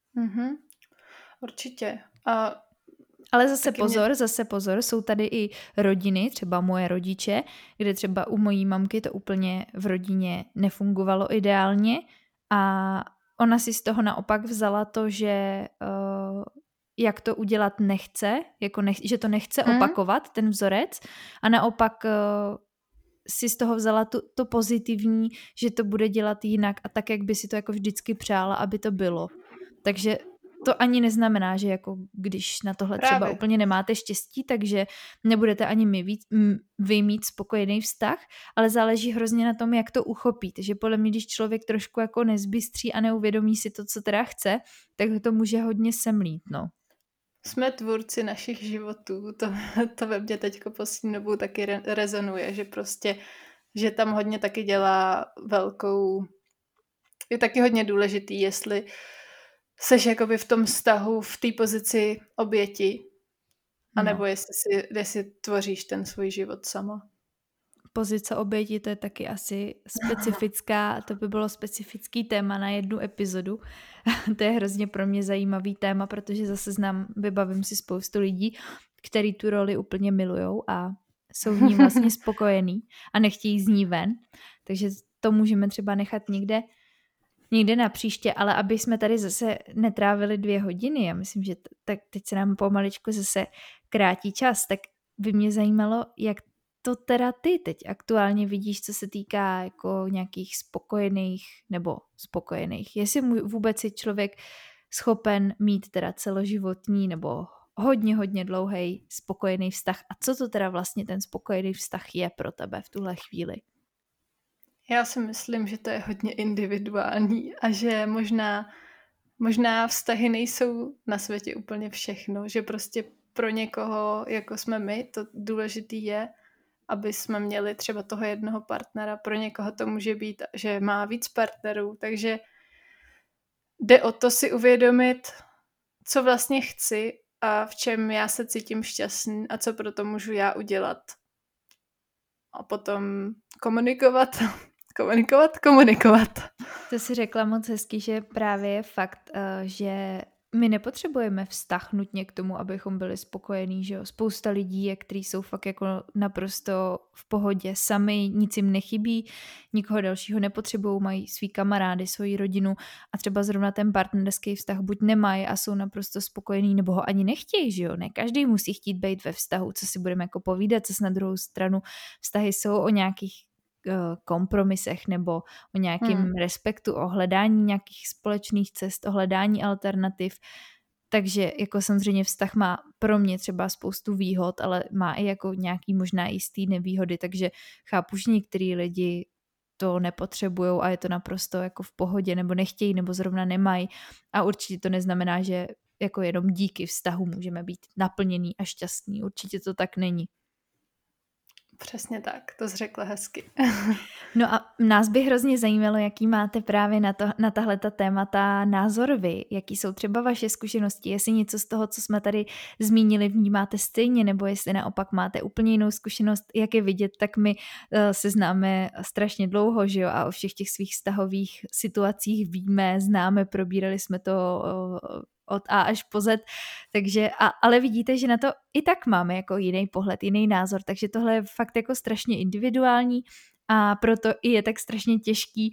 Určitě. Ale zase pozor, jsou tady i rodiny, třeba moje rodiče, kde třeba u mojí mamky to úplně v rodině nefungovalo ideálně a ona si z toho naopak vzala to, že jak to udělat nechce, jako že to nechce opakovat, ten vzorec, a naopak si z toho vzala to pozitivní, že to bude dělat jinak a tak, jak by si to jako vždycky přála, aby to bylo. Takže to ani neznamená, že jako když na tohle třeba úplně nemáte štěstí, takže nebudete ani vy mít spokojený vztah, ale záleží hrozně na tom, jak to uchopíte. Že podle mě, když člověk trošku jako nezbystří a neuvědomí si to, co teda chce, tak to může hodně semlít, no. Jsme tvůrci našich životů, to ve mně teďko poslední dobou taky rezonuje, že prostě, že tam hodně taky dělá je taky hodně důležitý, jestli seš jakoby v tom vztahu, v té pozici oběti, anebo jestli tvoříš ten svůj život sama. Pozice oběti, to je taky asi specifická, to by bylo specifický téma na jednu epizodu. To je hrozně pro mě zajímavý téma, protože zase vybavím si spoustu lidí, který tu roli úplně milujou a jsou v ní vlastně spokojení a nechtějí z ní ven. Takže to můžeme třeba nechat někde na příště, ale aby jsme tady zase netrávili 2 hodiny, já myslím, že tak teď se nám pomaličku zase krátí čas, tak by mě zajímalo, jak to teda ty teď aktuálně vidíš, co se týká jako nějakých spokojených. Jestli vůbec je člověk schopen mít teda celoživotní nebo hodně dlouhý spokojený vztah a co to teda vlastně ten spokojený vztah je pro tebe v tuhle chvíli? Já si myslím, že to je hodně individuální a že možná vztahy nejsou na světě úplně všechno, že prostě pro někoho, jako jsme my, to důležitý je, aby jsme měli třeba toho jednoho partnera. Pro někoho to může být, že má víc partnerů, takže jde o to si uvědomit, co vlastně chci a v čem já se cítím šťastný a co pro to můžu já udělat. A potom komunikovat. To si řekla moc hezky, že právě je fakt, že my nepotřebujeme vztah nutně k tomu, abychom byli spokojení, že jo. Spousta lidí, kteří jsou fakt jako naprosto v pohodě sami, nic jim nechybí, nikoho dalšího nepotřebují, mají svý kamarády, svoji rodinu a třeba zrovna ten partnerský vztah buď nemají a jsou naprosto spokojení, nebo ho ani nechtějí, že jo. Ne každý musí chtít být ve vztahu, co si budeme jako povídat, co na druhou stranu vztahy jsou o nějakých kompromisech nebo o nějakém respektu, o hledání nějakých společných cest, o hledání alternativ. Takže jako samozřejmě vztah má pro mě třeba spoustu výhod, ale má i jako nějaký možná jistý nevýhody, takže chápu, že některý lidi to nepotřebujou a je to naprosto jako v pohodě, nebo nechtějí, nebo zrovna nemají. A určitě to neznamená, že jako jenom díky vztahu můžeme být naplněný a šťastný. Určitě to tak není. Přesně tak, to jsi řekla hezky. No a nás by hrozně zajímalo, jaký máte právě na tahleta témata názor vy, jaký jsou třeba vaše zkušenosti, jestli něco z toho, co jsme tady zmínili, vnímáte stejně, nebo jestli naopak máte úplně jinou zkušenost, jak je vidět, tak my se známe strašně dlouho, že jo, a o všech těch svých vztahových situacích víme, známe, probírali jsme to od A až po Z, takže, ale vidíte, že na to i tak máme jako jiný pohled, jiný názor, takže tohle je fakt jako strašně individuální A proto i je tak strašně těžký,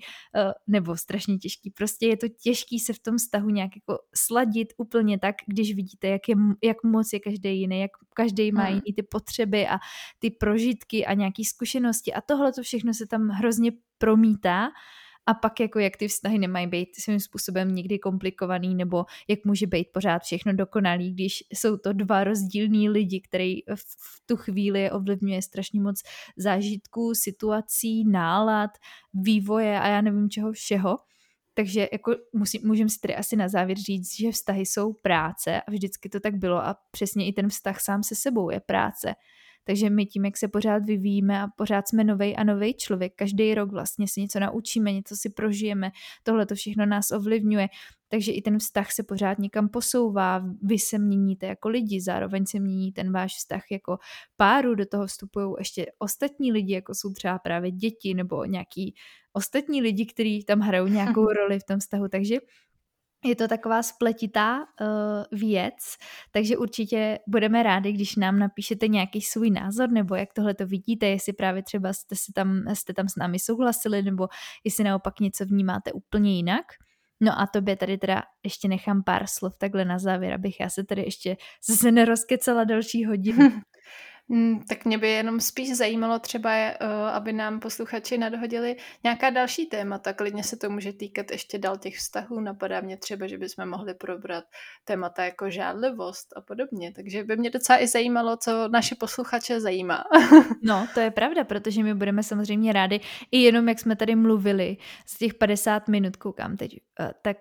prostě je to těžký se v tom vztahu nějak jako sladit úplně tak, když vidíte, jak moc je každý jiný, jak každý má jiný ty potřeby a ty prožitky a nějaký zkušenosti a tohle to všechno se tam hrozně promítá. A pak jako jak ty vztahy nemají být svým způsobem někdy komplikovaný, nebo jak může být pořád všechno dokonalý, když jsou to dva rozdílní lidi, který v tu chvíli ovlivňuje strašně moc zážitků, situací, nálad, vývoje a já nevím čeho všeho. Takže jako můžeme si tedy asi na závěr říct, že vztahy jsou práce a vždycky to tak bylo a přesně i ten vztah sám se sebou je práce. Takže my tím, jak se pořád vyvíjíme a pořád jsme novej a novej člověk, každý rok vlastně si něco naučíme, něco si prožijeme, tohle to všechno nás ovlivňuje, takže i ten vztah se pořád někam posouvá, vy se měníte jako lidi, zároveň se mění ten váš vztah jako páru, do toho vstupují ještě ostatní lidi, jako jsou třeba právě děti nebo nějaký ostatní lidi, kteří tam hrajou nějakou roli v tom vztahu, takže je to taková spletitá věc, takže určitě budeme rádi, když nám napíšete nějaký svůj názor, nebo jak tohle to vidíte, jestli právě třeba jste tam s námi souhlasili, nebo jestli naopak něco vnímáte úplně jinak. No a tobě tady teda ještě nechám pár slov takhle na závěr, abych já se tady ještě zase nerozkecala další hodinu. Tak mě by jenom spíš zajímalo třeba, aby nám posluchači nadhodili nějaká další témata. Klidně se to může týkat ještě dál těch vztahů. Napadá mě třeba, že bychom mohli probrat témata jako žádlivost a podobně. Takže by mě docela i zajímalo, co naše posluchače zajímá. No, to je pravda, protože my budeme samozřejmě rádi i jenom, jak jsme tady mluvili z těch 50 minut, koukám teď, tak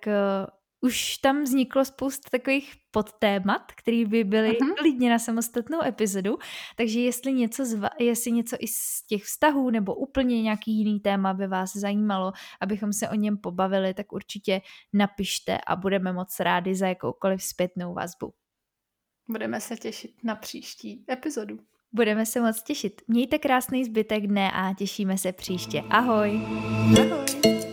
už tam vzniklo spousta takových podtémat, které by byly klidně na samostatnou epizodu, takže jestli něco i z těch vztahů nebo úplně nějaký jiný téma by vás zajímalo, abychom se o něm pobavili, tak určitě napište a budeme moc rádi za jakoukoliv zpětnou vazbu. Budeme se těšit na příští epizodu. Budeme se moc těšit. Mějte krásný zbytek dne a těšíme se příště. Ahoj! Ahoj!